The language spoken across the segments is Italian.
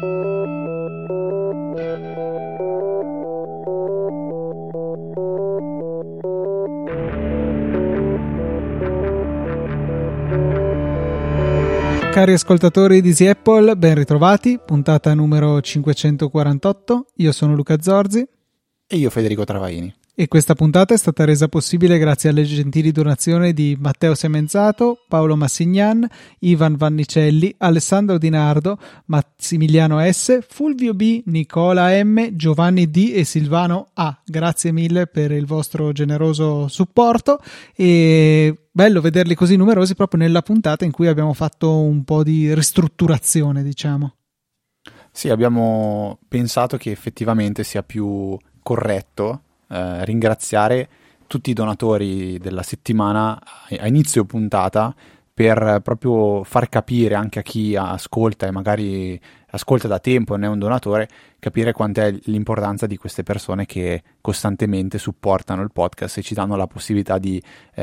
Cari ascoltatori di Easy Apple, ben ritrovati, puntata numero 548. Io sono Luca Zorzi. E io Federico Travaini. E questa puntata è stata resa possibile grazie alle gentili donazioni di Matteo Semenzato, Paolo Massignan, Ivan Vannicelli, Alessandro Di Nardo, Massimiliano S, Fulvio B, Nicola M, Giovanni D e Silvano A. Grazie mille per il vostro generoso supporto e bello vederli così numerosi proprio nella puntata in cui abbiamo fatto un po' di ristrutturazione, diciamo. Sì, abbiamo pensato che effettivamente sia più corretto ringraziare tutti i donatori della settimana a inizio puntata per proprio far capire anche a chi ascolta e magari ascolta da tempo e non è un donatore, capire quant'è l'importanza di queste persone che costantemente supportano il podcast e ci danno la possibilità di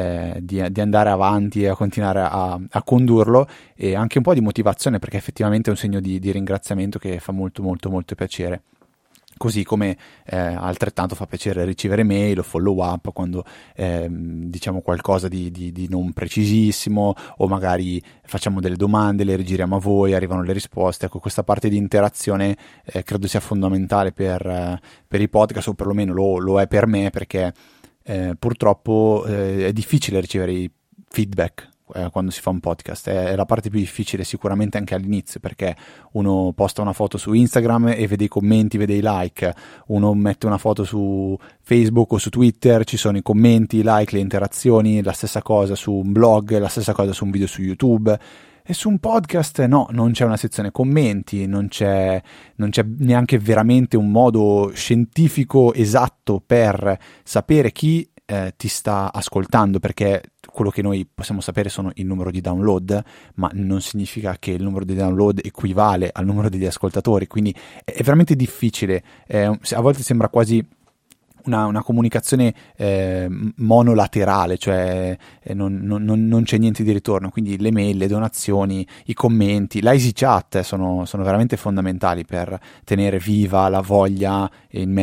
andare avanti e a continuare a condurlo, e anche un po' di motivazione, perché effettivamente è un segno di ringraziamento che fa molto molto molto piacere. Così come altrettanto fa piacere ricevere mail o follow up quando diciamo qualcosa di non precisissimo, o magari facciamo delle domande, le rigiriamo a voi, arrivano le risposte. Ecco, questa parte di interazione credo sia fondamentale per i podcast, o perlomeno lo è per me, perché purtroppo è difficile ricevere i feedback quando si fa un podcast. È la parte più difficile sicuramente anche all'inizio, perché uno posta una foto su Instagram e vede i commenti, vede i like, uno mette una foto su Facebook o su Twitter, ci sono i commenti, i like, le interazioni, la stessa cosa su un blog, la stessa cosa su un video su YouTube. E su un podcast no, non c'è una sezione commenti, non c'è neanche veramente un modo scientifico esatto per sapere chi ti sta ascoltando, perché quello che noi possiamo sapere sono il numero di download, ma non significa che il numero di download equivale al numero degli ascoltatori, quindi è veramente difficile. A volte sembra quasi una comunicazione monolaterale, cioè non c'è niente di ritorno. Quindi le mail, le donazioni, i commenti, la easy chat sono veramente fondamentali per tenere viva la voglia in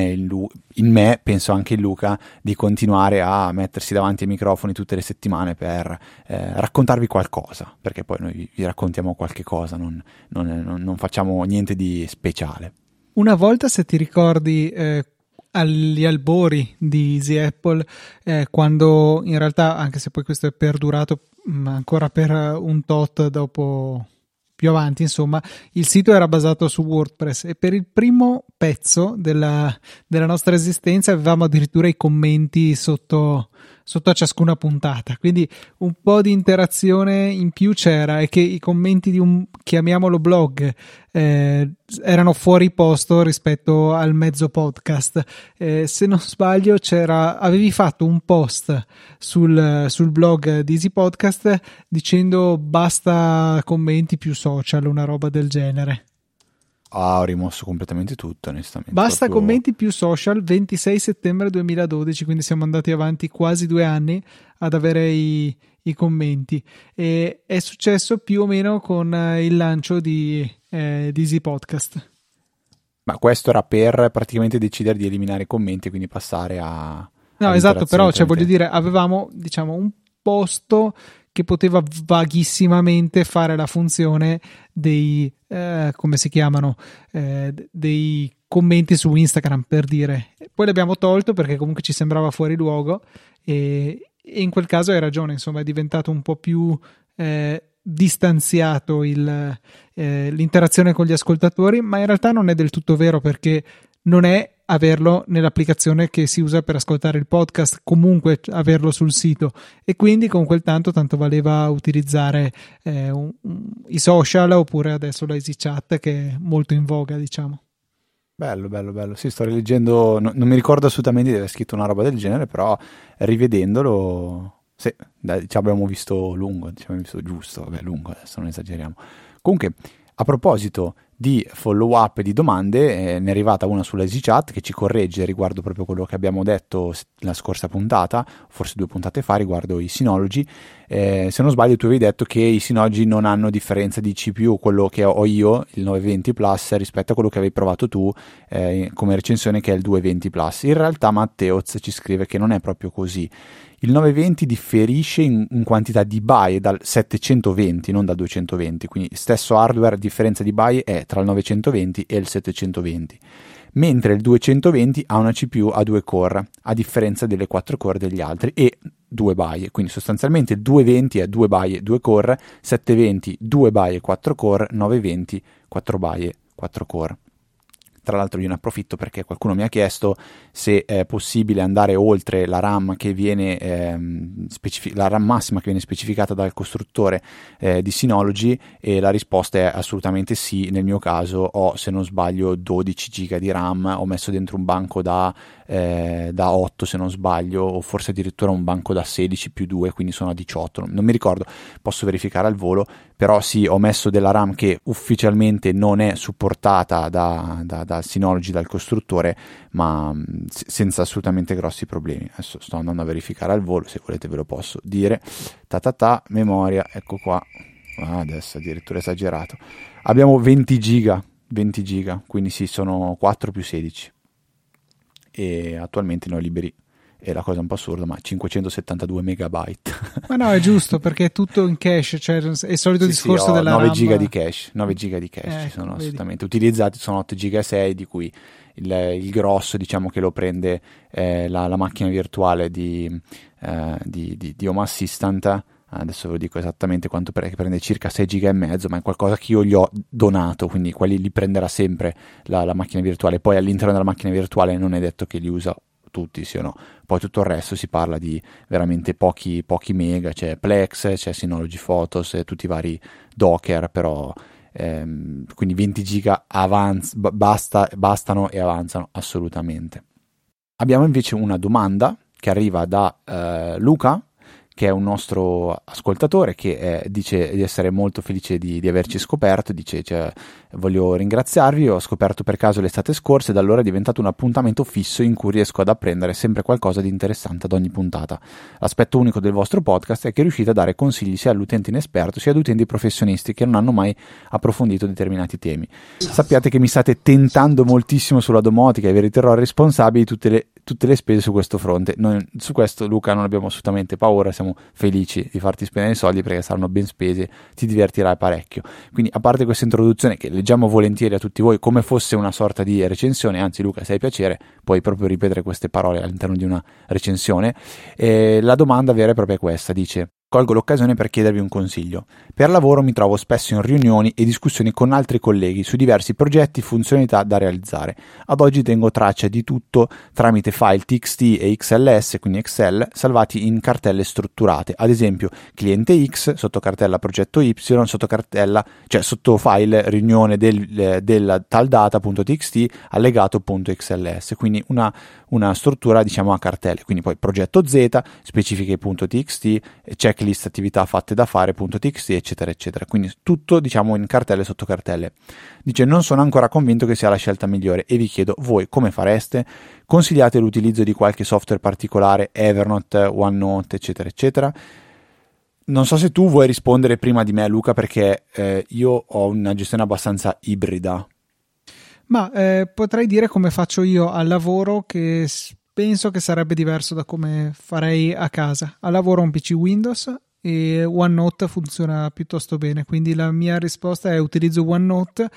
me, penso anche in Luca, di continuare a mettersi davanti ai microfoni tutte le settimane per raccontarvi qualcosa, perché poi noi vi raccontiamo qualche cosa, non facciamo niente di speciale. Una volta, se ti ricordi, agli albori di Easy Apple, quando in realtà, anche se poi questo è perdurato ancora per un tot dopo, più avanti, insomma, il sito era basato su WordPress, e per il primo pezzo della nostra esistenza avevamo addirittura i commenti sotto a ciascuna puntata, quindi un po' di interazione in più c'era, e che i commenti di un, chiamiamolo blog, erano fuori posto rispetto al mezzo podcast. Se non sbaglio avevi fatto un post sul blog di Easy Podcast dicendo basta commenti, più social, una roba del genere. Ho rimosso completamente tutto, onestamente. Basta commenti più social, 26 settembre 2012, quindi siamo andati avanti quasi 2 anni ad avere i commenti, e è successo più o meno con il lancio di Easy Podcast. Ma questo era per praticamente decidere di eliminare i commenti e quindi passare a... No, esatto, però voglio dire, avevamo, diciamo, un posto che poteva vaghissimamente fare la funzione dei come si chiamano, dei commenti su Instagram, per dire. Poi l'abbiamo tolto perché comunque ci sembrava fuori luogo, e in quel caso hai ragione, insomma, è diventato un po' più distanziato l'interazione con gli ascoltatori, ma in realtà non è del tutto vero, perché non è averlo nell'applicazione che si usa per ascoltare il podcast, comunque averlo sul sito, e quindi con quel tanto valeva utilizzare i social, oppure adesso la Easy Chat, che è molto in voga, diciamo. Bello. Sì, sto rileggendo, non mi ricordo assolutamente di aver scritto una roba del genere, però rivedendolo, sì, ci abbiamo visto lungo, ci abbiamo visto giusto, vabbè, lungo, adesso non esageriamo. Comunque, a proposito di follow up e di domande. Ne è arrivata una sulla EasyChat che ci corregge riguardo proprio quello che abbiamo detto la scorsa puntata, forse 2 puntate fa, riguardo i Synology. Se non sbaglio tu avevi detto che i Synology non hanno differenza di CPU, quello che ho io, il 920 Plus, rispetto a quello che avevi provato tu come recensione, che è il 220 Plus. In realtà Matteoz ci scrive che non è proprio così. Il 920 differisce in quantità di byte dal 720, non dal 220, quindi stesso hardware, differenza di byte è tra il 920 e il 720, mentre il 220 ha una CPU a 2 core, a differenza delle 4 core degli altri, e 2 byte, quindi sostanzialmente il 220 è 2 byte e 2 core, 720 2 byte e 4 core, 920 4 byte e 4 core. Tra l'altro io ne approfitto perché qualcuno mi ha chiesto se è possibile andare oltre la RAM che viene la RAM massima che viene specificata dal costruttore di Synology, e la risposta è assolutamente sì. Nel mio caso ho, se non sbaglio, 12 giga di RAM, ho messo dentro un banco da 8 se non sbaglio, o forse addirittura un banco da 16 più 2, quindi sono a 18, non mi ricordo, posso verificare al volo, però sì, ho messo della RAM che ufficialmente non è supportata da Synology, dal costruttore, ma senza assolutamente grossi problemi. Adesso sto andando a verificare al volo, se volete ve lo posso dire. Memoria, ecco qua. Adesso addirittura esagerato. Abbiamo 20 giga, quindi sì, sono 4 più 16. E attualmente ne ho liberi, è la cosa un po' assurda, ma 572 megabyte. Ma no, è giusto, perché è tutto in cache, cioè è il solito discorso ho della 9 RAM. giga di cache, 9 giga di cache ci sono, vedi, assolutamente utilizzati, sono 8 giga e 6, di cui il grosso, diciamo, che lo prende la macchina virtuale di Home Assistant. Adesso ve lo dico esattamente quanto che prende, circa 6 giga e mezzo, ma è qualcosa che io gli ho donato, quindi quelli li prenderà sempre la macchina virtuale. Poi all'interno della macchina virtuale non è detto che li usa tutti, sì o no. Poi tutto il resto si parla di veramente pochi mega, c'è Plex, c'è Synology Photos, tutti i vari Docker, però quindi 20 giga bastano e avanzano assolutamente. Abbiamo invece una domanda che arriva da Luca, che è un nostro ascoltatore, che dice di essere molto felice di averci scoperto. Dice, voglio ringraziarvi, ho scoperto per caso l'estate scorsa e da allora è diventato un appuntamento fisso in cui riesco ad apprendere sempre qualcosa di interessante ad ogni puntata. L'aspetto unico del vostro podcast è che riuscite a dare consigli sia all'utente inesperto sia ad utenti professionisti che non hanno mai approfondito determinati temi. Sappiate che mi state tentando moltissimo sulla domotica e vi riterrò responsabili di tutte le spese su questo fronte. Noi, su questo, Luca, non abbiamo assolutamente paura, siamo felici di farti spendere i soldi perché saranno ben spesi, ti divertirai parecchio. Quindi, a parte questa introduzione che leggiamo volentieri a tutti voi come fosse una sorta di recensione, anzi Luca, se hai piacere puoi proprio ripetere queste parole all'interno di una recensione, la domanda vera e propria è questa. Dice: colgo l'occasione per chiedervi un consiglio. Per lavoro mi trovo spesso in riunioni e discussioni con altri colleghi su diversi progetti e funzionalità da realizzare. Ad oggi tengo traccia di tutto tramite file TXT e XLS, quindi Excel, salvati in cartelle strutturate. Ad esempio, cliente X, sotto cartella progetto Y, sotto cartella, cioè sotto file riunione del tal data.txt, allegato.xls. Quindi una struttura, diciamo, a cartelle. Quindi poi progetto Z, specifiche.txt, checklist attività fatte da fare.txt, eccetera eccetera. Quindi tutto, diciamo, in cartelle sotto cartelle. Dice: non sono ancora convinto che sia la scelta migliore e vi chiedo, voi come fareste? Consigliate l'utilizzo di qualche software particolare, Evernote, OneNote, eccetera eccetera? Non so se tu vuoi rispondere prima di me, Luca, perché io ho una gestione abbastanza ibrida. Ma potrei dire come faccio io al lavoro, che penso che sarebbe diverso da come farei a casa. Al lavoro ho un PC Windows e OneNote funziona piuttosto bene, quindi la mia risposta è: utilizzo OneNote.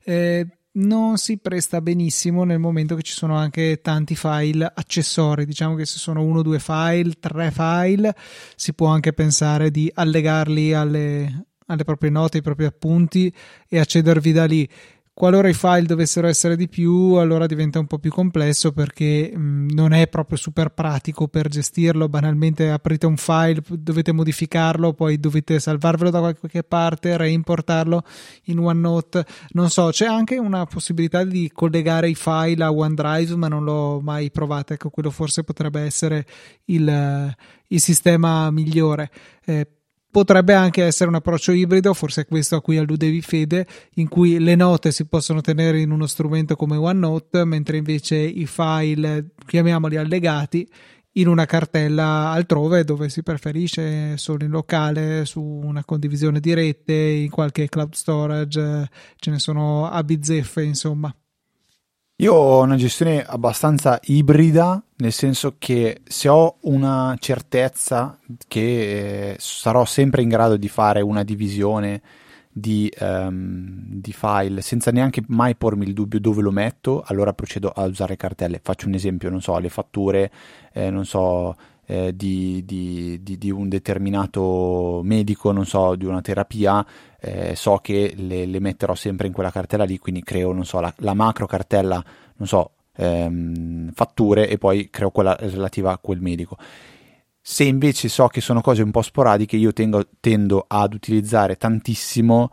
Non si presta benissimo nel momento che ci sono anche tanti file accessori. Diciamo che se sono 1, 2 file, 3 file, si può anche pensare di allegarli alle proprie note, ai propri appunti e accedervi da lì. Qualora i file dovessero essere di più, allora diventa un po' più complesso, perché non è proprio super pratico per gestirlo. Banalmente aprite un file, dovete modificarlo, poi dovete salvarvelo da qualche parte, reimportarlo in OneNote. Non so, c'è anche una possibilità di collegare i file a OneDrive, ma non l'ho mai provato. Ecco, quello forse potrebbe essere il sistema migliore. potrebbe anche essere un approccio ibrido, forse è questo a cui alludevi Fede, in cui le note si possono tenere in uno strumento come OneNote, mentre invece i file, chiamiamoli allegati, in una cartella altrove dove si preferisce, solo in locale, su una condivisione di rete, in qualche cloud storage, ce ne sono a bizzeffe, insomma. Io ho una gestione abbastanza ibrida, nel senso che se ho una certezza che sarò sempre in grado di fare una divisione di file senza neanche mai pormi il dubbio dove lo metto, allora procedo a usare cartelle. Faccio un esempio, non so, le fatture, non so, di un determinato medico, non so, di una terapia, so che le metterò sempre in quella cartella lì, quindi creo, non so, la macro cartella, non so, fatture, e poi creo quella relativa a quel medico. Se invece so che sono cose un po' sporadiche, io tendo ad utilizzare tantissimo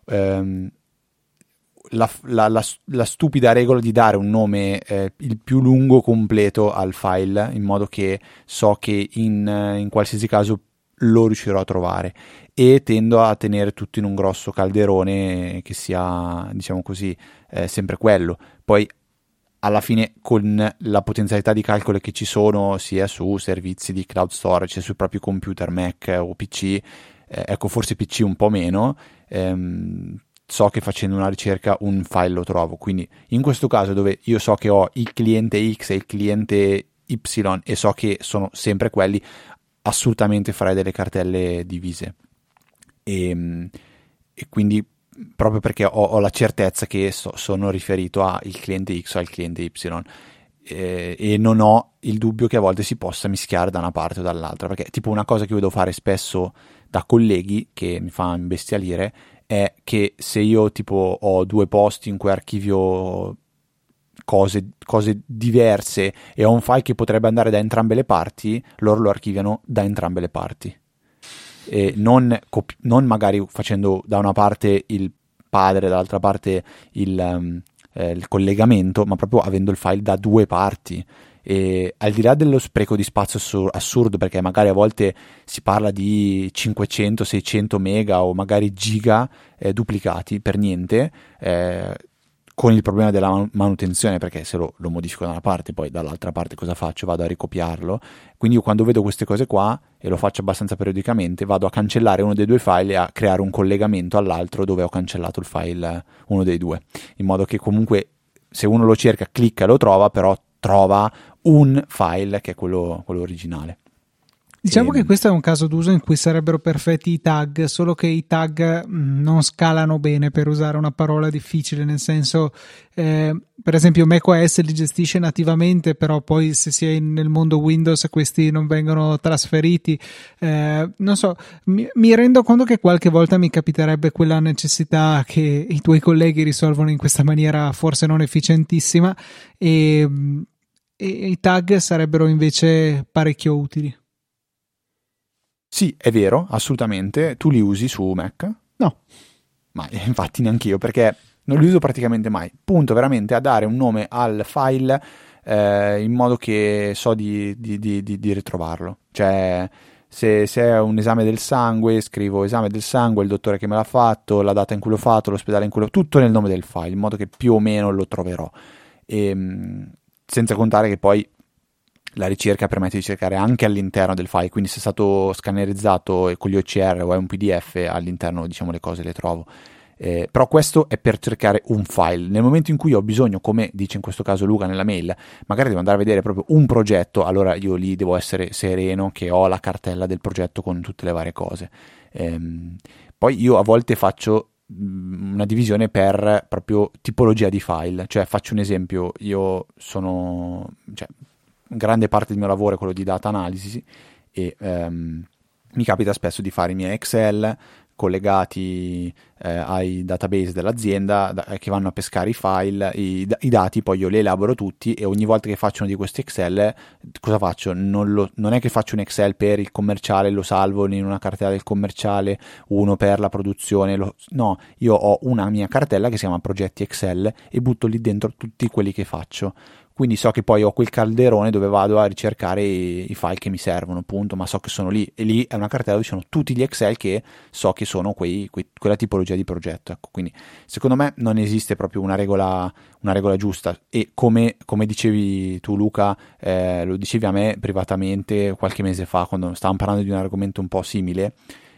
la stupida regola di dare un nome il più lungo completo al file, in modo che so che in qualsiasi caso lo riuscirò a trovare, e tendo a tenere tutto in un grosso calderone che sia, diciamo così, sempre quello. Poi alla fine, con la potenzialità di calcolo che ci sono sia su servizi di cloud storage, sia sui propri computer Mac o PC, ecco, forse PC un po' meno, so che facendo una ricerca un file lo trovo. Quindi in questo caso, dove io so che ho il cliente X e il cliente Y e so che sono sempre quelli, assolutamente farei delle cartelle divise, e quindi proprio perché ho la certezza che sono riferito al cliente X o al cliente Y, e non ho il dubbio che a volte si possa mischiare da una parte o dall'altra, perché tipo una cosa che vedo fare spesso da colleghi, che mi fa imbestialire, è che se io tipo ho due posti in cui archivio cose diverse e ho un file che potrebbe andare da entrambe le parti, loro lo archiviano da entrambe le parti, e non magari facendo da una parte il padre, dall'altra parte il collegamento, ma proprio avendo il file da due parti. E al di là dello spreco di spazio assurdo, perché magari a volte si parla di 500-600 mega o magari giga duplicati per niente, con il problema della manutenzione, perché se lo modifico da una parte, poi dall'altra parte cosa faccio? Vado a ricopiarlo. Quindi io, quando vedo queste cose qua, e lo faccio abbastanza periodicamente, vado a cancellare uno dei due file e a creare un collegamento all'altro dove ho cancellato il file, uno dei due, in modo che comunque se uno lo cerca, clicca e lo trova, però trova un file che è quello originale. Diciamo che questo è un caso d'uso in cui sarebbero perfetti i tag, solo che i tag non scalano bene, per usare una parola difficile, nel senso, per esempio macOS li gestisce nativamente, però poi se si è nel mondo Windows questi non vengono trasferiti. Non so, mi rendo conto che qualche volta mi capiterebbe quella necessità che i tuoi colleghi risolvono in questa maniera forse non efficientissima, e i tag sarebbero invece parecchio utili. Sì, è vero, assolutamente. Tu li usi su Mac? No. Ma infatti neanche io, perché non li uso praticamente mai. Punto veramente a dare un nome al file in modo che so di ritrovarlo. Cioè, se è un esame del sangue, scrivo esame del sangue, il dottore che me l'ha fatto, la data in cui l'ho fatto, l'ospedale in cui l'ho... tutto nel nome del file, in modo che più o meno lo troverò. Senza contare che poi la ricerca permette di cercare anche all'interno del file, quindi se è stato scannerizzato con gli OCR o è un PDF, all'interno, diciamo, le cose le trovo. Però questo è per cercare un file. Nel momento in cui ho bisogno, come dice in questo caso Luca nella mail, magari devo andare a vedere proprio un progetto, allora io lì devo essere sereno che ho la cartella del progetto con tutte le varie cose. Poi io a volte faccio una divisione per proprio tipologia di file, cioè faccio un esempio, io sono... grande parte del mio lavoro è quello di data analisi, e mi capita spesso di fare i miei Excel collegati ai database dell'azienda che vanno a pescare i file, i dati, poi io li elaboro tutti, e ogni volta che faccio uno di questi Excel, cosa faccio? Non è che faccio un Excel per il commerciale, lo salvo in una cartella del commerciale, uno per la produzione, no, io ho una mia cartella che si chiama progetti Excel e butto lì dentro tutti quelli che faccio. quindi so che poi ho quel calderone dove vado a ricercare i file che mi servono, appunto, ma so che sono lì, e lì è una cartella dove ci sono tutti gli Excel che so che sono quella tipologia di progetto, ecco. Quindi secondo me non esiste proprio una regola giusta, e come dicevi tu, Luca, lo dicevi a me privatamente qualche mese fa quando stavamo parlando di un argomento un po' simile,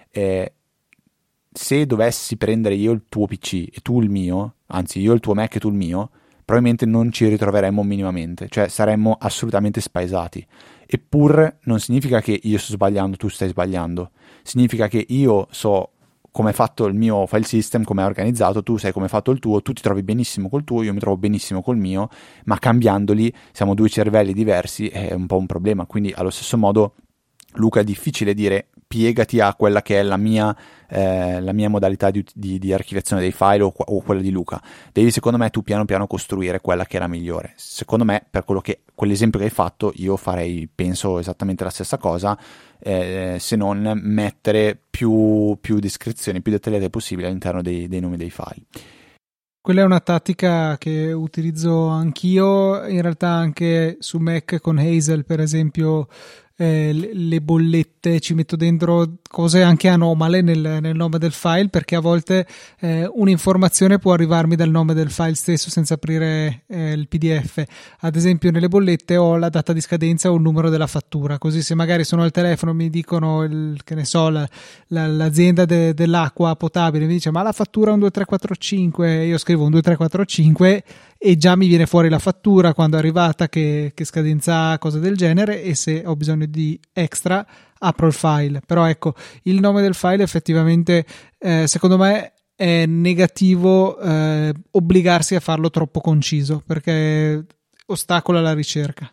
se dovessi prendere io il tuo PC e tu il mio, anzi io il tuo Mac e tu il mio, probabilmente non ci ritroveremmo minimamente, cioè saremmo assolutamente spaesati. Eppure non significa che io sto sbagliando, tu stai sbagliando, significa che io so come è fatto il mio file system, come è organizzato, tu sai come è fatto il tuo, tu ti trovi benissimo col tuo, io mi trovo benissimo col mio, ma cambiandoli siamo due cervelli diversi, è un po' un problema. Quindi allo stesso modo, Luca, è difficile dire piegati a quella che è la mia modalità di archiviazione dei file o quella di Luca. Devi, secondo me, tu piano piano costruire quella che è la migliore. Secondo me, per quell'esempio che hai fatto, io farei, penso, esattamente la stessa cosa, se non mettere più descrizioni, più dettagliate possibile all'interno dei nomi dei file. Quella è una tattica che utilizzo anch'io, in realtà anche su Mac con Hazel, per esempio. Le bollette, ci metto dentro cose anche anomale nel nome del file, perché a volte un'informazione può arrivarmi dal nome del file stesso senza aprire il PDF. Ad esempio nelle bollette ho la data di scadenza o il numero della fattura, così se magari sono al telefono mi dicono che ne so, l'azienda dell'acqua potabile mi dice ma la fattura è un 2345, io scrivo un 2345 e già mi viene fuori la fattura quando è arrivata, che scadenza ha, cose del genere, e se ho bisogno di extra apro il file. Però ecco, il nome del file effettivamente secondo me è negativo obbligarsi a farlo troppo conciso, perché ostacola la ricerca.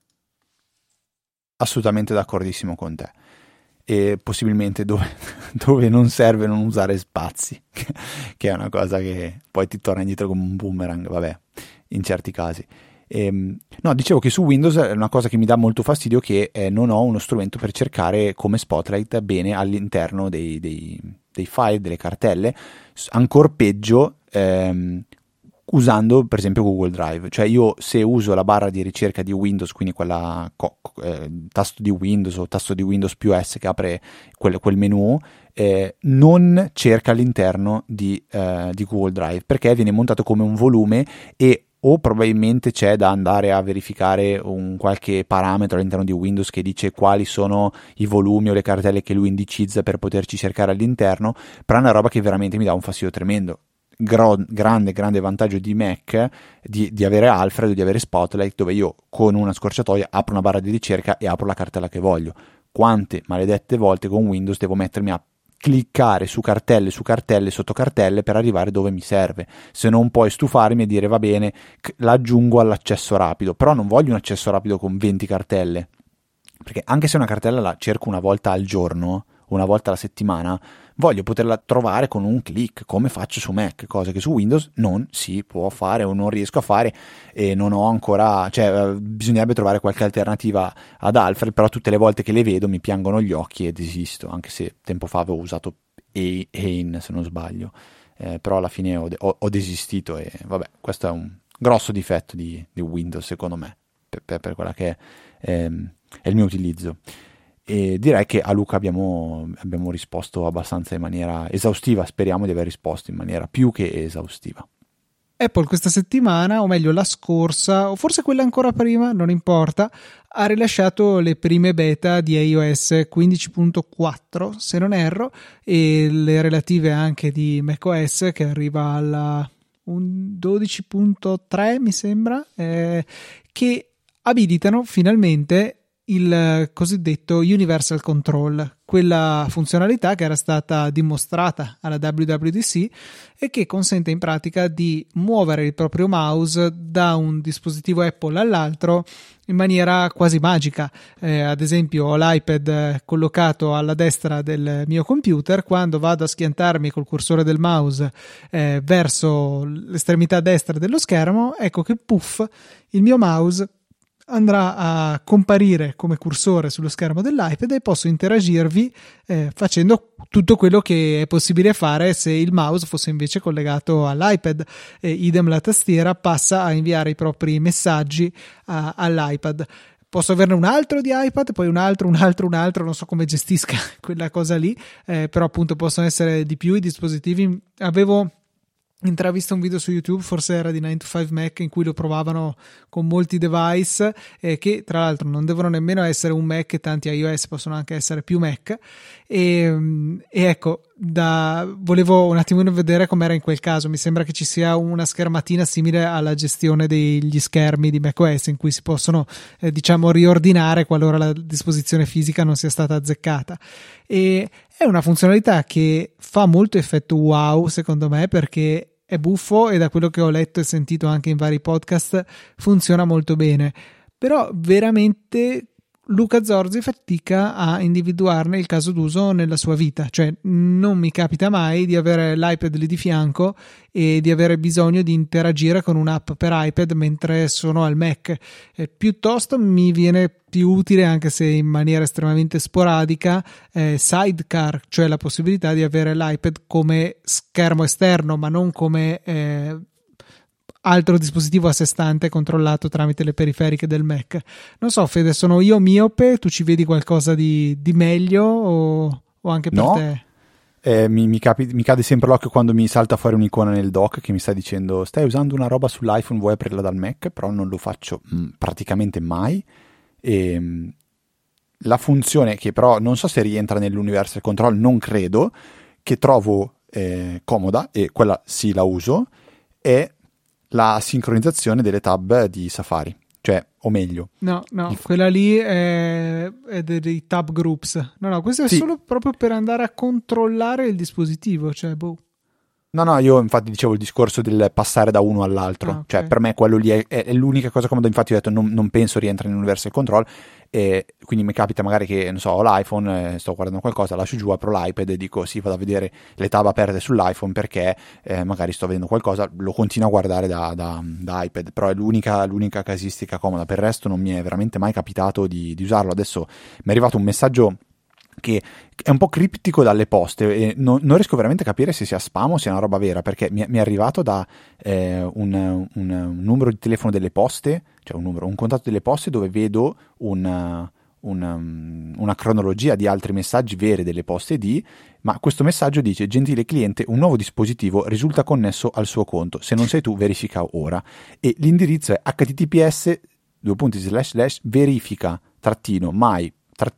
Assolutamente d'accordissimo con te. E possibilmente dove non serve non usare spazi, che è una cosa che poi ti torna indietro come un boomerang, vabbè, in certi casi. No, dicevo che su Windows è una cosa che mi dà molto fastidio, che non ho uno strumento per cercare come Spotlight bene all'interno dei file, delle cartelle, ancor peggio usando per esempio Google Drive. Cioè io, se uso la barra di ricerca di Windows, quindi quella tasto di Windows o tasto di Windows più S che apre quel menu, non cerca all'interno di Google Drive, perché viene montato come un volume, e o probabilmente c'è da andare a verificare un qualche parametro all'interno di Windows che dice quali sono i volumi o le cartelle che lui indicizza per poterci cercare all'interno, però è una roba che veramente mi dà un fastidio tremendo. Grande vantaggio di Mac di avere Alfred, di avere Spotlight, dove io con una scorciatoia apro una barra di ricerca e apro la cartella che voglio. Quante maledette volte con Windows devo mettermi a cliccare su cartelle, sotto cartelle, per arrivare dove mi serve, se non poi stufarmi e dire va bene, l'aggiungo all'accesso rapido. Però non voglio un accesso rapido con 20 cartelle, perché anche se una cartella la cerco una volta al giorno, una volta alla settimana, voglio poterla trovare con un click, come faccio su Mac, cosa che su Windows non si può fare o non riesco a fare, e non ho ancora, cioè bisognerebbe trovare qualche alternativa ad Alfred, però tutte le volte che le vedo mi piangono gli occhi e desisto, anche se tempo fa avevo usato Ain, se non sbaglio, però alla fine ho desistito, e vabbè, questo è un grosso difetto di Windows secondo me, per quella che è il mio utilizzo. E direi che a Luca abbiamo risposto abbastanza in maniera esaustiva, speriamo di aver risposto in maniera più che esaustiva. Apple questa settimana, o meglio la scorsa, o forse quella ancora prima, non importa, ha rilasciato le prime beta di iOS 15.4, se non erro, e le relative anche di macOS, che arriva alla 12.3 mi sembra, che abilitano finalmente il cosiddetto Universal Control, quella funzionalità che era stata dimostrata alla WWDC e che consente in pratica di muovere il proprio mouse da un dispositivo Apple all'altro in maniera quasi magica. Ad esempio ho l'iPad collocato alla destra del mio computer, quando vado a schiantarmi col cursore del mouse verso l'estremità destra dello schermo, ecco che puff, il mio mouse andrà a comparire come cursore sullo schermo dell'iPad e posso interagirvi facendo tutto quello che è possibile fare se il mouse fosse invece collegato all'iPad. Idem, la tastiera passa a inviare i propri messaggi all'iPad. Posso averne un altro di iPad, poi un altro, non so come gestisca quella cosa lì, però appunto possono essere di più i dispositivi. Avevo intravisto un video su YouTube, forse era di 9 to 5 Mac, in cui lo provavano con molti device che tra l'altro non devono nemmeno essere un Mac, e tanti iOS possono anche essere più Mac, e ecco, volevo un attimino vedere com'era in quel caso. Mi sembra che ci sia una schermatina simile alla gestione degli schermi di macOS, in cui si possono diciamo riordinare qualora la disposizione fisica non sia stata azzeccata, e è una funzionalità che fa molto effetto wow secondo me, perché è buffo e da quello che ho letto e sentito anche in vari podcast funziona molto bene. Però veramente Luca Zorzi fatica a individuarne il caso d'uso nella sua vita, cioè non mi capita mai di avere l'iPad lì di fianco e di avere bisogno di interagire con un'app per iPad mentre sono al Mac. Piuttosto mi viene più utile, anche se in maniera estremamente sporadica, Sidecar, cioè la possibilità di avere l'iPad come schermo esterno ma non come altro dispositivo a sé stante controllato tramite le periferiche del Mac. Non so, Fede, sono io miope? Tu ci vedi qualcosa di meglio o anche per te? Mi cade sempre l'occhio quando mi salta fuori un'icona nel dock che mi sta dicendo stai usando una roba sull'iPhone, vuoi aprirla dal Mac? Però non lo faccio praticamente mai. E la funzione che però non so se rientra nell'Universal Control, non credo, che trovo comoda, e quella sì la uso, è la sincronizzazione delle tab di Safari, cioè, o meglio, no, quella lì è dei tab groups. No, questo è solo proprio per andare a controllare il dispositivo, cioè No, io infatti dicevo il discorso del passare da uno all'altro, okay. Cioè per me quello lì è l'unica cosa comoda. Infatti ho detto non penso rientra nell'Universal Control, e quindi mi capita magari che, non so, ho l'iPhone, sto guardando qualcosa, lascio giù, apro l'iPad e dico sì, vado a vedere le tab aperte sull'iPhone perché magari sto vedendo qualcosa, lo continuo a guardare da iPad, però è l'unica casistica comoda. Per il resto non mi è veramente mai capitato di usarlo. Adesso mi è arrivato un messaggio che è un po' criptico dalle poste e non riesco veramente a capire se sia spam o sia una roba vera, perché mi è arrivato da un numero di telefono delle poste, cioè un contatto delle poste dove vedo una cronologia di altri messaggi veri delle poste ma questo messaggio dice: gentile cliente, un nuovo dispositivo risulta connesso al suo conto, se non sei tu verifica ora, e l'indirizzo è https://verifica-mai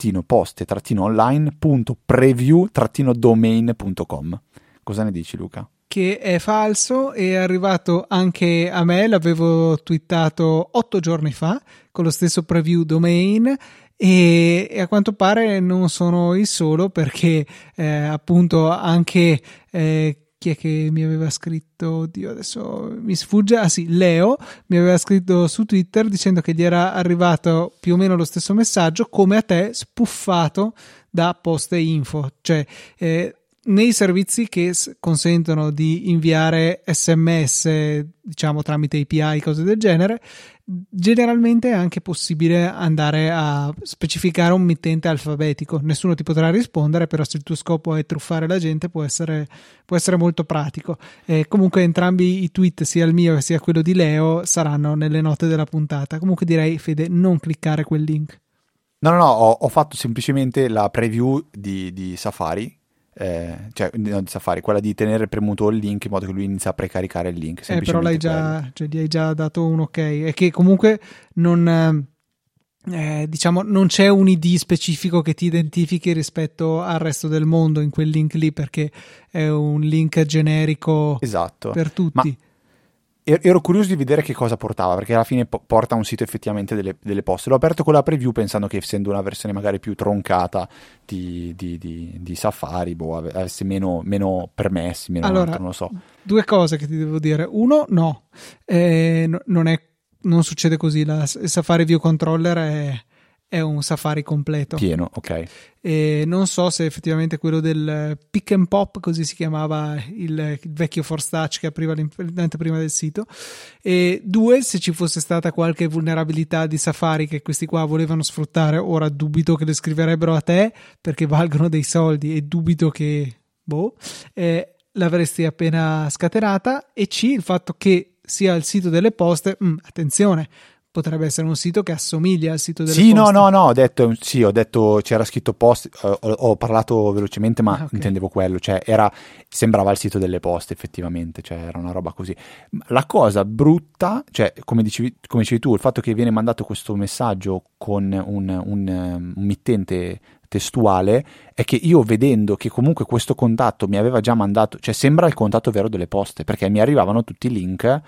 poste-online.preview-domain.com. Cosa ne dici, Luca? Che è falso, è arrivato anche a me, l'avevo twittato 8 giorni fa con lo stesso preview domain, e a quanto pare non sono il solo, perché appunto anche chi è che mi aveva scritto? Oddio, adesso mi sfugge. Ah sì, Leo mi aveva scritto su Twitter dicendo che gli era arrivato più o meno lo stesso messaggio come a te, spuffato da Poste Info, cioè nei servizi che consentono di inviare SMS, diciamo tramite API, cose del genere. Generalmente è anche possibile andare a specificare un mittente alfabetico. Nessuno ti potrà rispondere, però se il tuo scopo è truffare la gente può essere molto pratico. Comunque entrambi i tweet, sia il mio che sia quello di Leo, saranno nelle note della puntata. Comunque direi, Fede, non cliccare quel link. No, ho fatto semplicemente la preview di Safari, cioè no, di Safari, quella di tenere premuto il link in modo che lui inizia a precaricare il link. Però l'hai già, cioè, gli hai già dato un ok. È che comunque non diciamo non c'è un ID specifico che ti identifichi rispetto al resto del mondo in quel link lì, perché è un link generico, esatto, per tutti. Ma ero curioso di vedere che cosa portava, perché alla fine porta un sito effettivamente delle poste. L'ho aperto con la preview pensando che, essendo una versione magari più troncata di Safari, avesse meno permessi, meno allora, altro, non lo so. Due cose che ti devo dire. Uno, non succede così. Il Safari View Controller è un Safari completo. Pieno, ok. E non so se effettivamente quello del Pick and Pop, così si chiamava il vecchio Force Touch che apriva l'anteprima del sito, e 2, se ci fosse stata qualche vulnerabilità di Safari che questi qua volevano sfruttare. Ora dubito che le scriverebbero a te perché valgono dei soldi, e dubito che l'avresti appena scatenata. E C, il fatto che sia il sito delle poste, attenzione, potrebbe essere un sito che assomiglia al sito delle poste. Sì, ho detto c'era scritto poste, ho parlato velocemente, ma okay. Intendevo quello, cioè sembrava il sito delle poste effettivamente, cioè era una roba così. La cosa brutta, cioè come dicevi tu, il fatto che viene mandato questo messaggio con un mittente testuale, è che io, vedendo che comunque questo contatto mi aveva già mandato, cioè sembra il contatto vero delle poste, perché mi arrivavano tutti i link,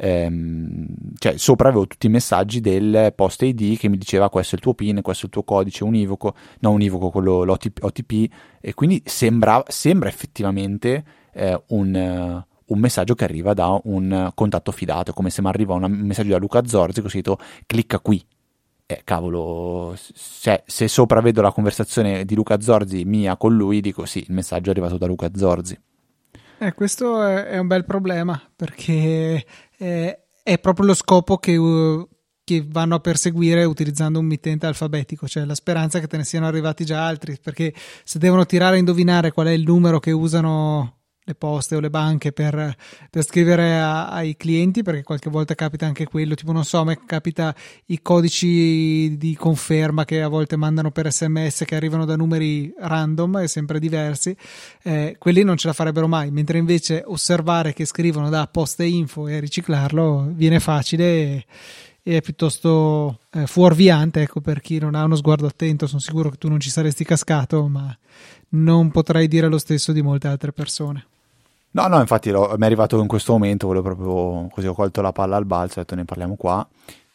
cioè sopra avevo tutti i messaggi del post ID che mi diceva questo è il tuo PIN, questo è il tuo codice univoco, quello l'OTP, e quindi sembra effettivamente un messaggio che arriva da un contatto fidato, come se mi arriva un messaggio da Luca Zorzi con scritto clicca qui. Cavolo, se sopra vedo la conversazione di Luca Zorzi mia con lui, dico sì, il messaggio è arrivato da Luca Zorzi. Questo è un bel problema, perché è proprio lo scopo che vanno a perseguire utilizzando un mittente alfabetico, cioè la speranza che te ne siano arrivati già altri, perché se devono tirare a indovinare qual è il numero che usano le poste o le banche per scrivere ai clienti, perché qualche volta capita anche quello, tipo non so, a me capita i codici di conferma che a volte mandano per SMS che arrivano da numeri random e sempre diversi, quelli non ce la farebbero mai, mentre invece osservare che scrivono da poste info e riciclarlo viene facile e è piuttosto fuorviante, ecco, per chi non ha uno sguardo attento. Sono sicuro che tu non ci saresti cascato, ma non potrei dire lo stesso di molte altre persone. No, infatti mi è arrivato in questo momento, volevo proprio così, ho colto la palla al balzo, ho detto ne parliamo qua.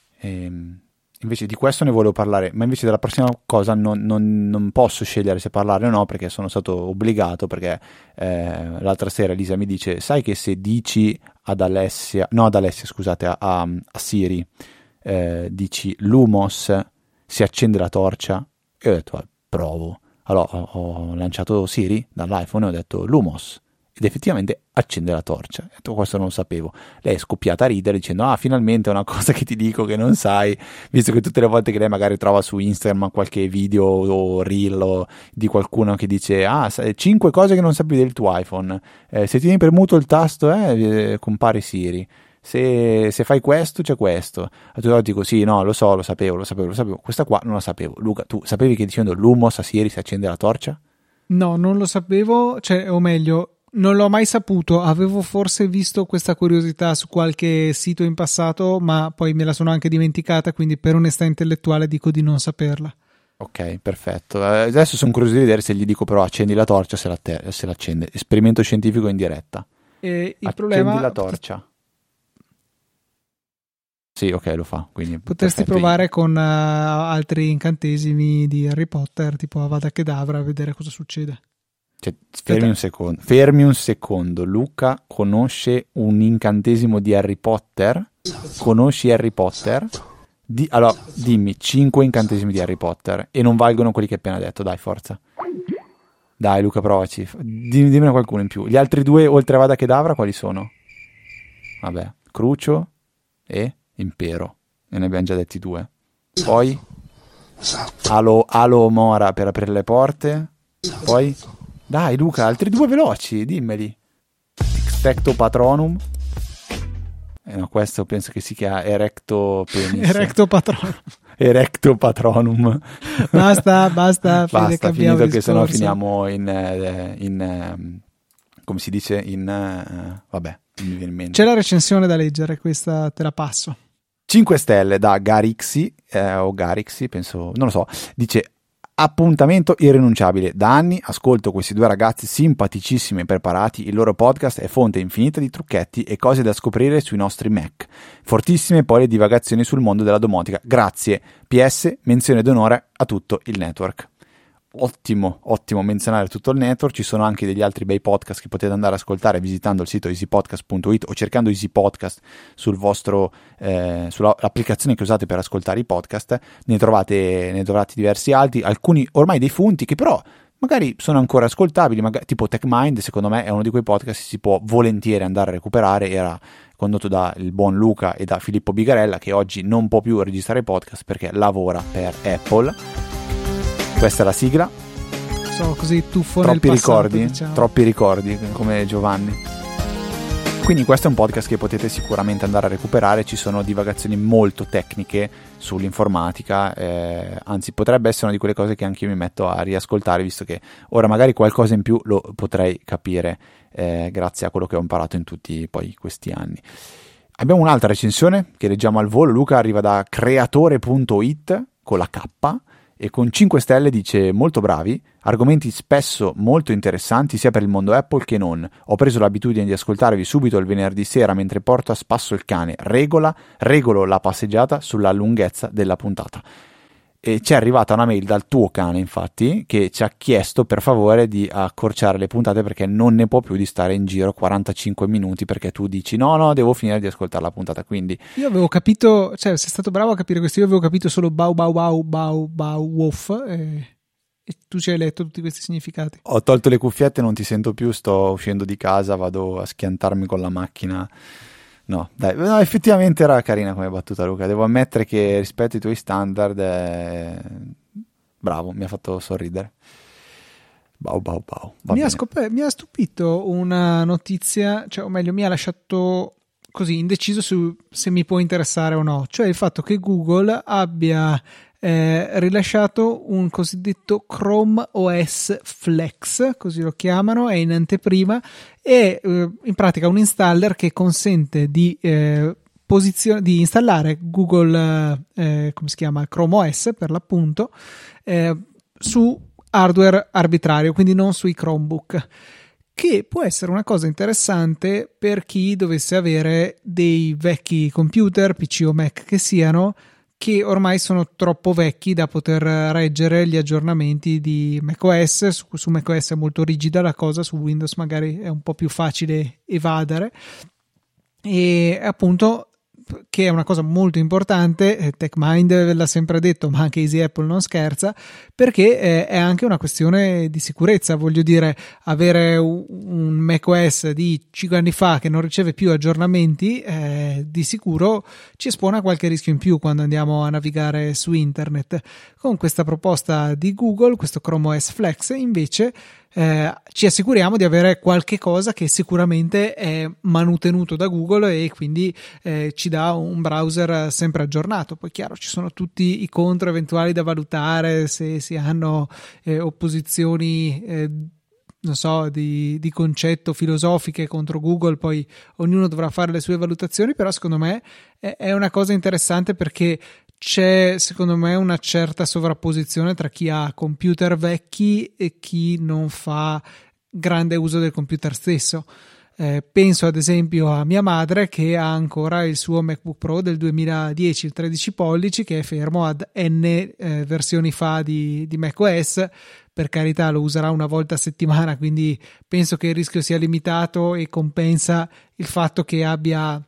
Invece di questo ne volevo parlare, ma invece della prossima cosa non posso scegliere se parlarne o no, perché sono stato obbligato, perché l'altra sera Elisa mi dice, sai che se dici a Siri, dici Lumos, si accende la torcia? E ho detto, provo. Allora ho lanciato Siri dall'iPhone e ho detto Lumos, ed effettivamente accende la torcia. Ho detto, questo non lo sapevo. Lei è scoppiata a ridere dicendo, finalmente è una cosa che ti dico che non sai, visto che tutte le volte che lei magari trova su Instagram qualche video o reel o di qualcuno che dice 5 cose che non sapevi del tuo iPhone, se tieni premuto il tasto compare Siri, se fai questo c'è questo. Allora dico sì, no, lo so, lo sapevo, questa qua non la sapevo. Luca, tu sapevi che dicendo Lumos a Siri si accende la torcia? No, non lo sapevo, cioè, o meglio, non l'ho mai saputo. Avevo forse visto questa curiosità su qualche sito in passato, ma poi me la sono anche dimenticata, quindi per onestà intellettuale dico di non saperla. Ok, perfetto. Adesso sono curioso di vedere se gli dico però accendi la torcia, se l'accende. Esperimento scientifico in diretta. Accendi la torcia. Sì, ok, lo fa. Quindi potresti provare con altri incantesimi di Harry Potter, tipo Avada Kedavra, a vedere cosa succede. Cioè, fermi un secondo. Luca conosce un incantesimo di Harry Potter? Conosci Harry Potter? Allora, dimmi 5 incantesimi di Harry Potter e non valgono quelli che hai appena detto. Dai, forza. Dai, Luca, provaci. Dimmene qualcuno in più. Gli altri 2, oltre a Avada Kedavra, quali sono? Vabbè, Crucio e Impero. E ne abbiamo già detti 2. Poi Alo Mora per aprire le porte. Poi dai Luca, altri 2 veloci, dimmeli. Expecto Patronum. No, questo penso che si chiama Erecto Penis. Erecto Patronum. Basta, finito che sennò finiamo in come si dice vabbè, non mi viene in mente. C'è la recensione da leggere, questa te la passo. 5 stelle da Garixi o Garixi, penso, non lo so. Dice: appuntamento irrinunciabile. Da anni ascolto questi 2 ragazzi simpaticissimi e preparati. Il loro podcast è fonte infinita di trucchetti e cose da scoprire sui nostri Mac. Fortissime poi le divagazioni sul mondo della domotica. Grazie. PS, menzione d'onore a tutto il network. ottimo menzionare tutto il network. Ci sono anche degli altri bei podcast che potete andare ad ascoltare visitando il sito easypodcast.it o cercando Easy Podcast sull'applicazione che usate per ascoltare i podcast. Ne trovate diversi altri, alcuni ormai defunti che però magari sono ancora ascoltabili, tipo TechMind. Secondo me è uno di quei podcast che si può volentieri andare a recuperare. Era condotto da il buon Luca e da Filippo Bigarella, che oggi non può più registrare podcast perché lavora per Apple. Questa è la sigla. Sono così tuffo nel passato, diciamo. Troppi ricordi come Giovanni. Quindi questo è un podcast che potete sicuramente andare a recuperare. Ci sono divagazioni molto tecniche sull'informatica, anzi potrebbe essere una di quelle cose che anche io mi metto a riascoltare, visto che ora magari qualcosa in più lo potrei capire grazie a quello che ho imparato in tutti poi questi anni. Abbiamo un'altra recensione che leggiamo al volo. Luca arriva da creatore.it con la K e con 5 stelle dice: molto bravi, argomenti spesso molto interessanti sia per il mondo Apple che non. Ho preso l'abitudine di ascoltarvi subito il venerdì sera mentre porto a spasso il cane. Regolo la passeggiata sulla lunghezza della puntata. E ci è arrivata una mail dal tuo cane, infatti, che ci ha chiesto per favore di accorciare le puntate perché non ne può più di stare in giro 45 minuti, perché tu dici no, devo finire di ascoltare la puntata. Quindi io avevo capito, cioè sei stato bravo a capire questo, io avevo capito solo bau bau bau bau bau woff e tu ci hai letto tutti questi significati. Ho tolto le cuffiette, non ti sento più, sto uscendo di casa, vado a schiantarmi con la macchina. No, dai, no, effettivamente era carina come battuta, Luca. Devo ammettere che rispetto ai tuoi standard, bravo, mi ha fatto sorridere. Bau. Mi ha stupito una notizia, cioè, o meglio, mi ha lasciato così indeciso su se mi può interessare o no. Cioè il fatto che Google abbia rilasciato un cosiddetto Chrome OS Flex, così lo chiamano, è in anteprima, è in pratica un installer che consente di installare Google come si chiama, Chrome OS per l'appunto, su hardware arbitrario, quindi non sui Chromebook, che può essere una cosa interessante per chi dovesse avere dei vecchi computer, PC o Mac che siano, che ormai sono troppo vecchi da poter reggere gli aggiornamenti di macOS. Su macOS è molto rigida la cosa, su Windows magari è un po' più facile evadere, e appunto che è una cosa molto importante. TechMind l'ha sempre detto, ma anche Easy Apple non scherza, perché è anche una questione di sicurezza. Voglio dire, avere un macOS di 5 anni fa che non riceve più aggiornamenti di sicuro ci espone a qualche rischio in più quando andiamo a navigare su internet. Con questa proposta di Google, questo Chrome OS Flex, invece ci assicuriamo di avere qualche cosa che sicuramente è manutenuto da Google e quindi ci dà un browser sempre aggiornato. Poi chiaro, ci sono tutti i contro eventuali da valutare, se si hanno opposizioni non so, di concetto, filosofiche contro Google, poi ognuno dovrà fare le sue valutazioni, però secondo me è una cosa interessante perché c'è secondo me una certa sovrapposizione tra chi ha computer vecchi e chi non fa grande uso del computer stesso. Penso ad esempio a mia madre che ha ancora il suo MacBook Pro del 2010, il 13 pollici, che è fermo ad N versioni fa di macOS. Per carità, lo userà una volta a settimana, quindi penso che il rischio sia limitato e compensa il fatto che abbia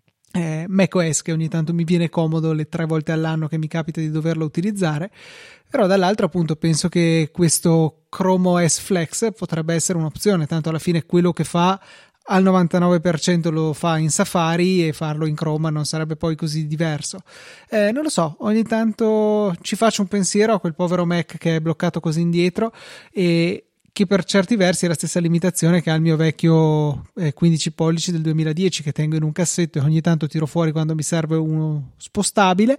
macOS, che ogni tanto mi viene comodo le 3 volte all'anno che mi capita di doverlo utilizzare. Però dall'altro appunto penso che questo Chrome OS Flex potrebbe essere un'opzione, tanto alla fine quello che fa al 99% lo fa in Safari e farlo in Chrome non sarebbe poi così diverso. Non lo so, ogni tanto ci faccio un pensiero a quel povero Mac che è bloccato così indietro e che per certi versi è la stessa limitazione che ha il mio vecchio 15 pollici del 2010 che tengo in un cassetto e ogni tanto tiro fuori quando mi serve uno spostabile,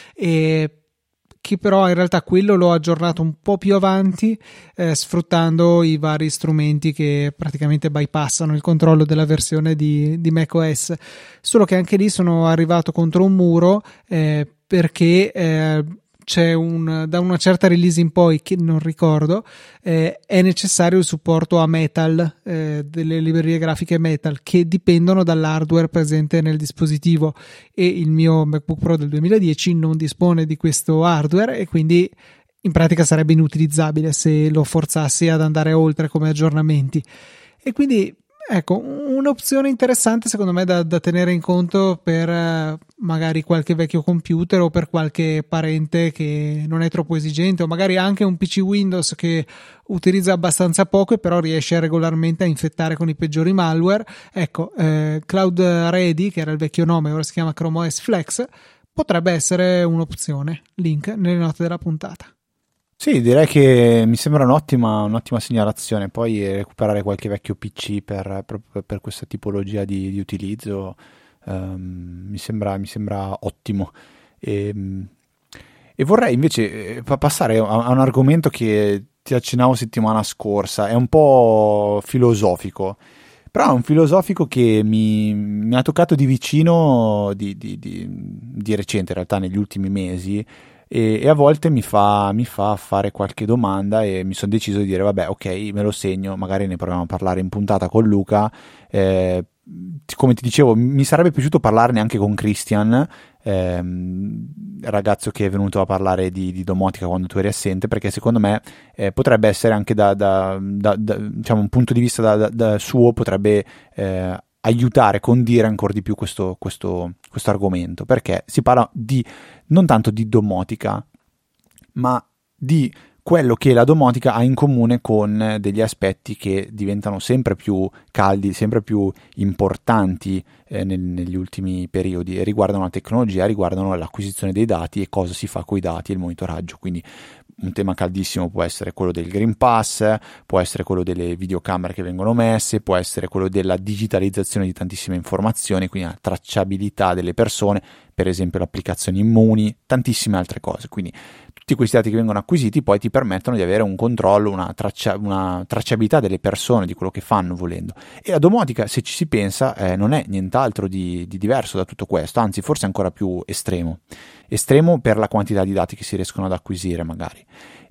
e che però in realtà quello l'ho aggiornato un po' più avanti sfruttando i vari strumenti che praticamente bypassano il controllo della versione di macOS, solo che anche lì sono arrivato contro un muro perché c'è da una certa release in poi, che non ricordo, è necessario il supporto a Metal, delle librerie grafiche Metal che dipendono dall'hardware presente nel dispositivo, e il mio MacBook Pro del 2010 non dispone di questo hardware e quindi in pratica sarebbe inutilizzabile se lo forzassi ad andare oltre come aggiornamenti. E quindi ecco, un'opzione interessante secondo me da tenere in conto per magari qualche vecchio computer o per qualche parente che non è troppo esigente, o magari anche un PC Windows che utilizza abbastanza poco e però riesce regolarmente a infettare con i peggiori malware. Ecco, Cloud Ready, che era il vecchio nome, ora si chiama Chrome OS Flex, potrebbe essere un'opzione. Link nelle note della puntata. Sì, direi che mi sembra un'ottima segnalazione. Poi recuperare qualche vecchio PC proprio per questa tipologia di utilizzo mi sembra ottimo. E vorrei invece passare a un argomento che ti accennavo settimana scorsa. È un po' filosofico, però è un filosofico che mi ha toccato di vicino di recente, in realtà negli ultimi mesi. E a volte mi fa fare qualche domanda e mi sono deciso di dire vabbè, ok, me lo segno, magari ne proviamo a parlare in puntata con Luca. Come ti dicevo, mi sarebbe piaciuto parlarne anche con Christian, ragazzo che è venuto a parlare di domotica quando tu eri assente, perché secondo me potrebbe essere anche diciamo, un punto di vista da suo, potrebbe aiutare, condire ancora di più questo argomento, perché si parla non tanto di domotica, ma di quello che la domotica ha in comune con degli aspetti che diventano sempre più caldi, sempre più importanti negli ultimi periodi, e riguardano la tecnologia, riguardano l'acquisizione dei dati e cosa si fa con i dati e il monitoraggio. Quindi un tema caldissimo può essere quello del Green Pass, può essere quello delle videocamere che vengono messe, può essere quello della digitalizzazione di tantissime informazioni, quindi la tracciabilità delle persone, per esempio le applicazioni Immuni, tantissime altre cose. Quindi tutti questi dati che vengono acquisiti poi ti permettono di avere un controllo, una tracciabilità delle persone, di quello che fanno volendo. E la domotica, se ci si pensa, non è nient'altro di diverso da tutto questo, anzi forse ancora più estremo per la quantità di dati che si riescono ad acquisire magari,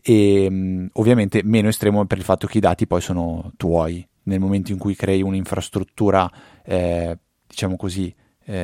e ovviamente meno estremo per il fatto che i dati poi sono tuoi. Nel momento in cui crei un'infrastruttura diciamo così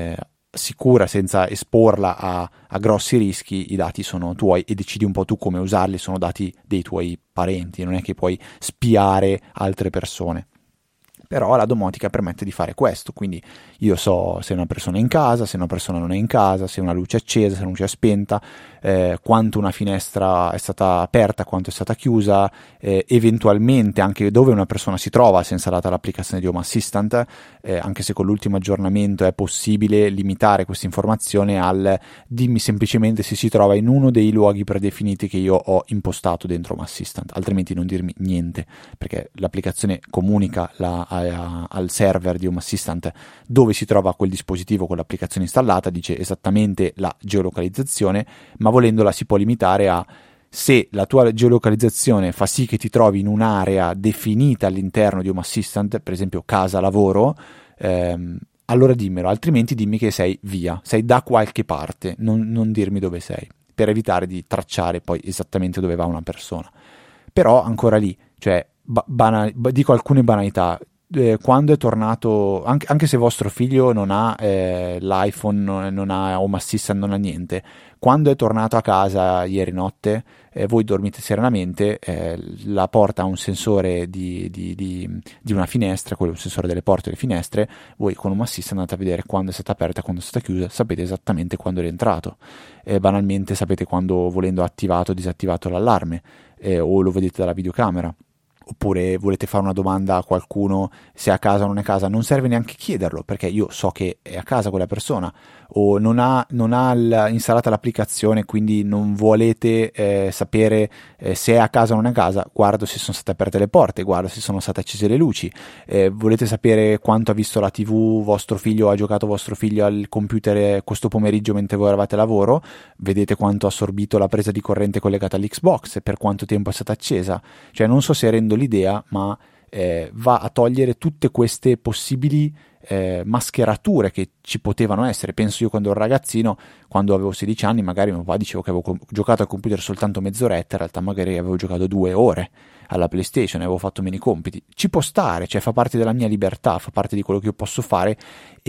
sicura, senza esporla a grossi rischi, i dati sono tuoi e decidi un po' tu come usarli, sono dati dei tuoi parenti, non è che puoi spiare altre persone. Però la domotica permette di fare questo, quindi io so se una persona è in casa, se una persona non è in casa, se una luce è accesa, se una luce è spenta, quanto una finestra è stata aperta, quanto è stata chiusa, eventualmente anche dove una persona si trova se installata l'applicazione di Home Assistant, anche se con l'ultimo aggiornamento è possibile limitare questa informazione al dimmi semplicemente se si trova in uno dei luoghi predefiniti che io ho impostato dentro Home Assistant, altrimenti non dirmi niente, perché l'applicazione comunica al server di Home Assistant dove si trova quel dispositivo con l'applicazione installata, dice esattamente la geolocalizzazione, ma volendola si può limitare a: se la tua geolocalizzazione fa sì che ti trovi in un'area definita all'interno di Home Assistant, per esempio casa, lavoro, allora dimmelo, altrimenti dimmi che sei via, sei da qualche parte, non dirmi dove sei, per evitare di tracciare poi esattamente dove va una persona. Però ancora lì, cioè dico alcune banalità. Quando è tornato, anche se vostro figlio non ha l'iPhone, non ha Home Assistant, non ha niente, quando è tornato a casa ieri notte, voi dormite serenamente, la porta ha un sensore di una finestra, quello è un sensore delle porte e delle finestre, voi con Home Assistant andate a vedere quando è stata aperta e quando è stata chiusa, sapete esattamente quando è rientrato, banalmente sapete quando, volendo, attivato o disattivato l'allarme, o lo vedete dalla videocamera. Oppure volete fare una domanda a qualcuno se è a casa o non è a casa, non serve neanche chiederlo, perché io so che è a casa quella persona, o non ha installata l'applicazione, quindi non volete sapere se è a casa o non è a casa, guardo se sono state aperte le porte, guardo se sono state accese le luci, volete sapere quanto ha visto la TV vostro figlio, ha giocato vostro figlio al computer questo pomeriggio mentre voi eravate a lavoro, vedete quanto ha assorbito la presa di corrente collegata all'Xbox e per quanto tempo è stata accesa. Cioè non so se rendo l'idea, ma va a togliere tutte queste possibili mascherature che ci potevano essere. Penso io quando ero ragazzino, quando avevo 16 anni, magari mio papà diceva che avevo giocato al computer soltanto mezz'oretta, in realtà magari avevo giocato 2 ore alla PlayStation, avevo fatto mini compiti. Ci può stare, cioè fa parte della mia libertà, fa parte di quello che io posso fare,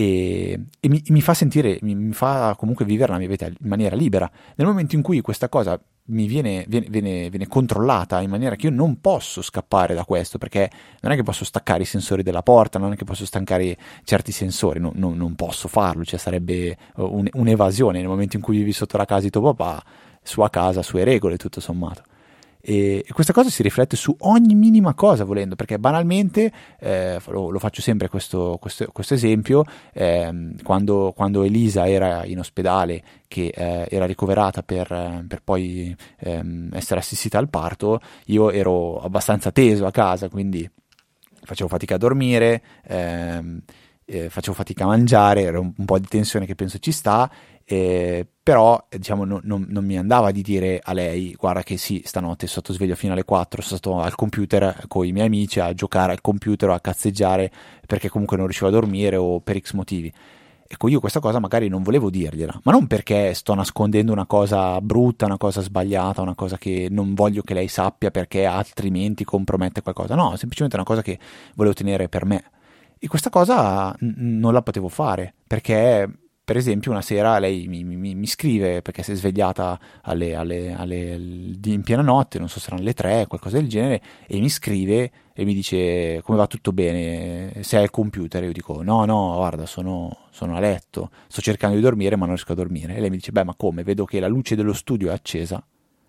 e mi fa sentire, mi fa comunque vivere la mia vita in maniera libera. Nel momento in cui questa cosa viene controllata in maniera che io non posso scappare da questo, perché non è che posso staccare i sensori della porta, non è che posso staccare certi sensori, non posso farlo, cioè sarebbe un'evasione nel momento in cui vivi sotto la casa di tuo papà, sua casa, sue regole, tutto sommato. E questa cosa si riflette su ogni minima cosa, volendo, perché banalmente lo faccio sempre questo esempio, quando Elisa era in ospedale, che era ricoverata per poi essere assistita al parto, io ero abbastanza teso a casa, quindi facevo fatica a dormire, facevo fatica a mangiare, era un po' di tensione che penso ci sta, però diciamo non mi andava di dire a lei: guarda che sì, stanotte sono stato sveglio fino alle 4, sono stato al computer con i miei amici a giocare al computer o a cazzeggiare perché comunque non riuscivo a dormire o per X motivi. Ecco, io questa cosa magari non volevo dirgliela, ma non perché sto nascondendo una cosa brutta, una cosa sbagliata, una cosa che non voglio che lei sappia perché altrimenti compromette qualcosa, no, semplicemente una cosa che volevo tenere per me. E questa cosa non la potevo fare perché, per esempio, una sera lei mi scrive perché si è svegliata in piena notte, non so se erano le 3, qualcosa del genere, e mi scrive e mi dice: come va, tutto bene, sei al computer? E io dico: no, guarda, sono a letto, sto cercando di dormire ma non riesco a dormire. E lei mi dice: beh, ma come? Vedo che la luce dello studio è accesa.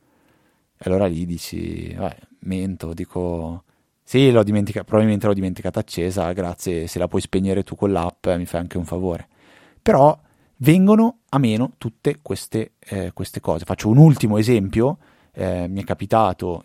E allora lì dici: vabbè, mento, dico: sì, probabilmente l'ho dimenticata accesa, grazie, se la puoi spegnere tu con l'app mi fai anche un favore. Però vengono a meno tutte queste cose. Faccio un ultimo esempio. Mi è capitato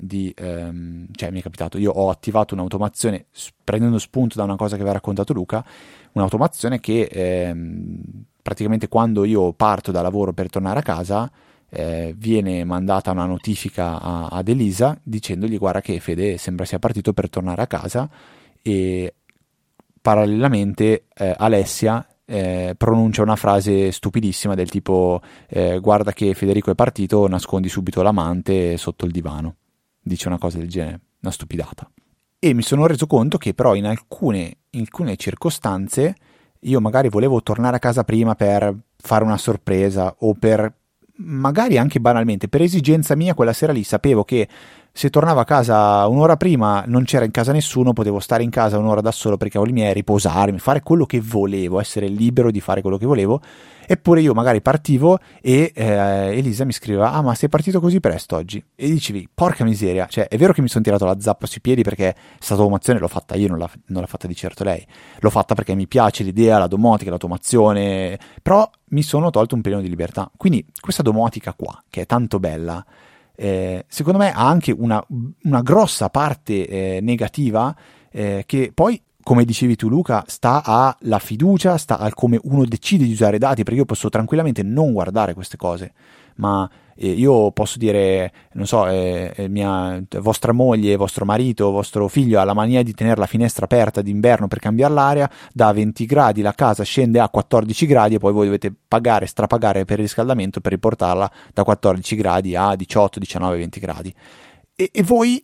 io ho attivato un'automazione prendendo spunto da una cosa che aveva raccontato Luca, un'automazione che praticamente quando io parto da lavoro per tornare a casa viene mandata una notifica ad Elisa dicendogli: guarda che Fede sembra sia partito per tornare a casa, e parallelamente Alessia pronuncia una frase stupidissima del tipo: guarda che Federico è partito, nascondi subito l'amante sotto il divano. Dice una cosa del genere, una stupidata. E mi sono reso conto che però in alcune circostanze io magari volevo tornare a casa prima per fare una sorpresa, o per magari anche banalmente per esigenza mia. Quella sera lì sapevo che se tornavo a casa un'ora prima non c'era in casa nessuno, potevo stare in casa un'ora da solo per i cavoli miei, riposarmi, fare quello che volevo, essere libero di fare quello che volevo. Eppure io magari partivo e Elisa mi scriveva: ah, ma sei partito così presto oggi? E dicevi: porca miseria, cioè è vero che mi sono tirato la zappa sui piedi perché questa automazione l'ho fatta io, non l'ha fatta di certo lei, l'ho fatta perché mi piace l'idea, la domotica, l'automazione, però mi sono tolto un pelino di libertà. Quindi questa domotica qua, che è tanto bella, secondo me ha anche una grossa parte negativa, che poi, come dicevi tu Luca, sta alla fiducia, sta al come uno decide di usare i dati, perché io posso tranquillamente non guardare queste cose, ma io posso dire, non so, vostra moglie, vostro marito, vostro figlio ha la mania di tenere la finestra aperta d'inverno per cambiare l'aria, da 20 gradi la casa scende a 14 gradi e poi voi dovete strapagare per il riscaldamento per riportarla da 14 gradi a 18, 19, 20 gradi. E voi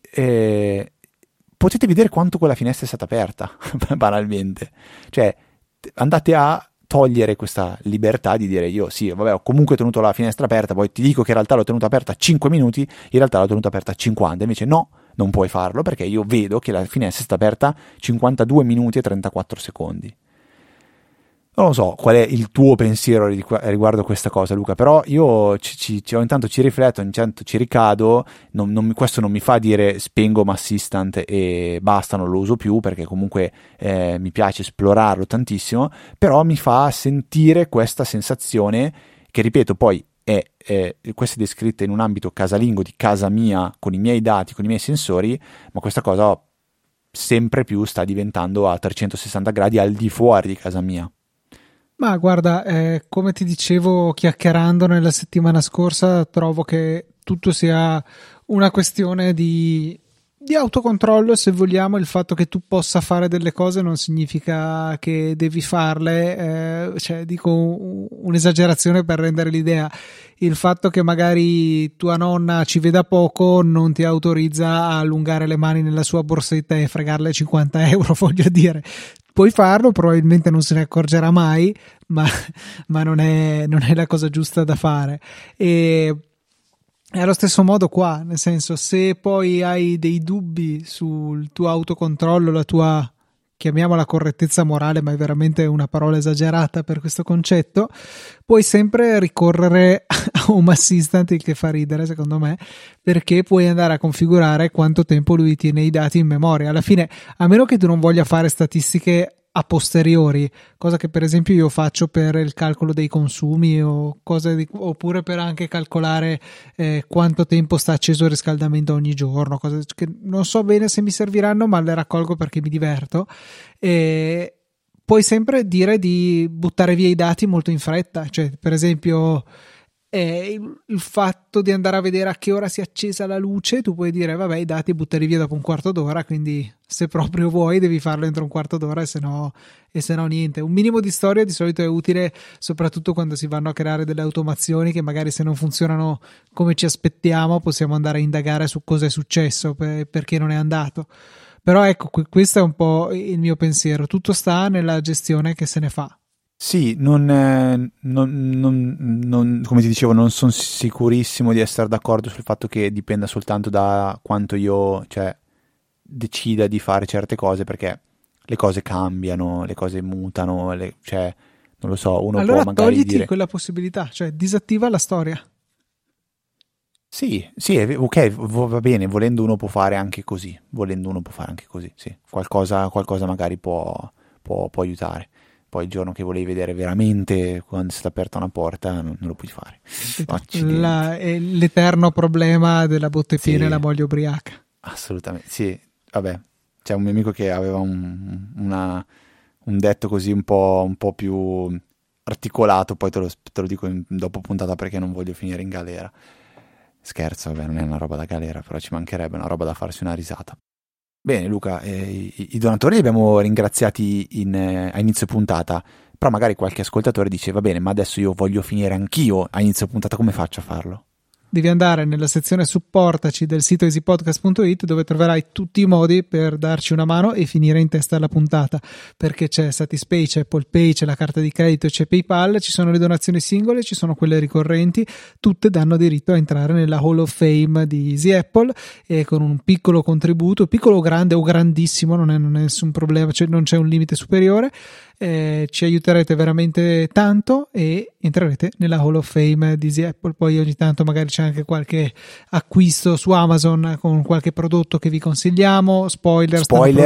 potete vedere quanto quella finestra è stata aperta, banalmente. Cioè, andate a togliere questa libertà di dire: io sì, vabbè, ho comunque tenuto la finestra aperta, poi ti dico che in realtà l'ho tenuta aperta 5 minuti, in realtà l'ho tenuta aperta 50, invece no, non puoi farlo perché io vedo che la finestra è stata aperta 52 minuti e 34 secondi. Non lo so qual è il tuo pensiero riguardo a questa cosa, Luca, però io ogni tanto ci rifletto, ogni tanto ci ricado, questo non mi fa dire spengo Home Assistant e basta, non lo uso più, perché comunque mi piace esplorarlo tantissimo, però mi fa sentire questa sensazione che, ripeto, poi questa è descritta in un ambito casalingo di casa mia, con i miei dati, con i miei sensori, ma questa cosa sempre più sta diventando a 360 gradi al di fuori di casa mia. Ma guarda, come ti dicevo chiacchierando nella settimana scorsa, trovo che tutto sia una questione di autocontrollo, se vogliamo. Il fatto che tu possa fare delle cose non significa che devi farle, cioè dico un'esagerazione per rendere l'idea. Il fatto che magari tua nonna ci veda poco non ti autorizza a allungare le mani nella sua borsetta e fregarle 50 euro, voglio dire. Puoi farlo, probabilmente non se ne accorgerà mai, ma non è la cosa giusta da fare. E È allo stesso modo qua, nel senso, se poi hai dei dubbi sul tuo autocontrollo, la tua, chiamiamola correttezza morale, ma è veramente una parola esagerata per questo concetto, puoi sempre ricorrere a Home Assistant, il che fa ridere secondo me, perché puoi andare a configurare quanto tempo lui tiene i dati in memoria. Alla fine, a meno che tu non voglia fare statistiche a posteriori, cosa che per esempio io faccio per il calcolo dei consumi o oppure per anche calcolare quanto tempo sta acceso il riscaldamento ogni giorno, cose che non so bene se mi serviranno, ma le raccolgo perché mi diverto. E puoi sempre dire di buttare via i dati molto in fretta, cioè per esempio il fatto di andare a vedere a che ora si è accesa la luce, tu puoi dire vabbè, i dati buttali via dopo un quarto d'ora, quindi se proprio vuoi devi farlo entro un quarto d'ora, e se no niente. Un minimo di storia di solito è utile, soprattutto quando si vanno a creare delle automazioni che magari, se non funzionano come ci aspettiamo, possiamo andare a indagare su cosa è successo, perché non è andato. Però ecco, questo è un po' il mio pensiero, tutto sta nella gestione che se ne fa. Sì, come ti dicevo, non sono sicurissimo di essere d'accordo sul fatto che dipenda soltanto da quanto io, cioè, decida di fare certe cose, perché le cose cambiano, le cose mutano, cioè, non lo so, uno allora può magari togliti dire... quella possibilità, cioè disattiva la storia. Sì, ok, va bene, volendo uno può fare anche così, sì, qualcosa magari può aiutare. Poi il giorno che volevi vedere veramente quando è stata aperta una porta non lo puoi fare. È l'eterno problema della botte piena, sì, e la moglie ubriaca. Assolutamente, sì, vabbè, c'è un mio amico che aveva un detto così un po' più articolato, poi te lo dico dopo puntata perché non voglio finire in galera. Scherzo, vabbè, non è una roba da galera, però ci mancherebbe, una roba da farsi una risata. Bene Luca, i donatori li abbiamo ringraziati a inizio puntata, però magari qualche ascoltatore dice va bene, ma adesso io voglio finire anch'io a inizio puntata, come faccio a farlo? Devi andare nella sezione supportaci del sito easypodcast.it, dove troverai tutti i modi per darci una mano e finire in testa alla puntata, perché c'è Satispay, c'è Apple Pay, c'è la carta di credito, c'è PayPal, ci sono le donazioni singole, ci sono quelle ricorrenti, tutte danno diritto a entrare nella Hall of Fame di Easy Apple, e con un piccolo contributo, piccolo o grande o grandissimo, non è nessun problema, cioè non c'è un limite superiore. Ci aiuterete veramente tanto e entrerete nella Hall of Fame di Easy Apple. Poi ogni tanto magari c'è anche qualche acquisto su Amazon con qualche prodotto che vi consigliamo. Spoiler.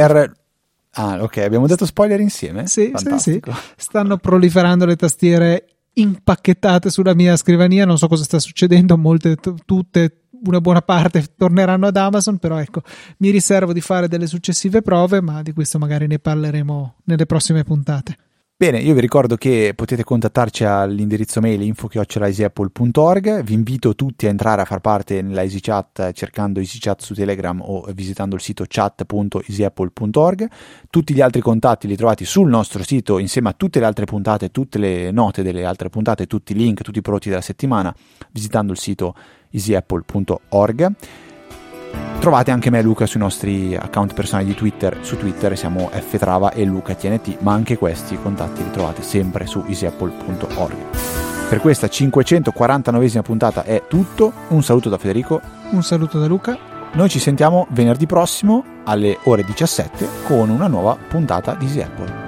Ah, ok, abbiamo detto spoiler insieme? Sì, fantastico. Sì. Stanno proliferando le tastiere impacchettate sulla mia scrivania, non so cosa sta succedendo, tutte, una buona parte torneranno ad Amazon, però ecco, mi riservo di fare delle successive prove, ma di questo magari ne parleremo nelle prossime puntate. Bene, io vi ricordo che potete contattarci all'indirizzo mail info@easyapple.org. Vi invito tutti a entrare a far parte nella EasyChat cercando EasyChat su Telegram o visitando il sito chat.easyapple.org. Tutti gli altri contatti li trovate sul nostro sito insieme a tutte le altre puntate, tutte le note delle altre puntate, tutti i link, tutti i prodotti della settimana visitando il sito easyapple.org. Trovate anche me e Luca sui nostri account personali di Twitter. Su Twitter siamo ftrava e lucatnt, ma anche questi contatti li trovate sempre su easyapple.org. Per questa 549esima puntata è tutto. Un saluto da Federico. Un saluto da Luca. Noi ci sentiamo venerdì prossimo alle ore 17 con una nuova puntata di Easy Apple.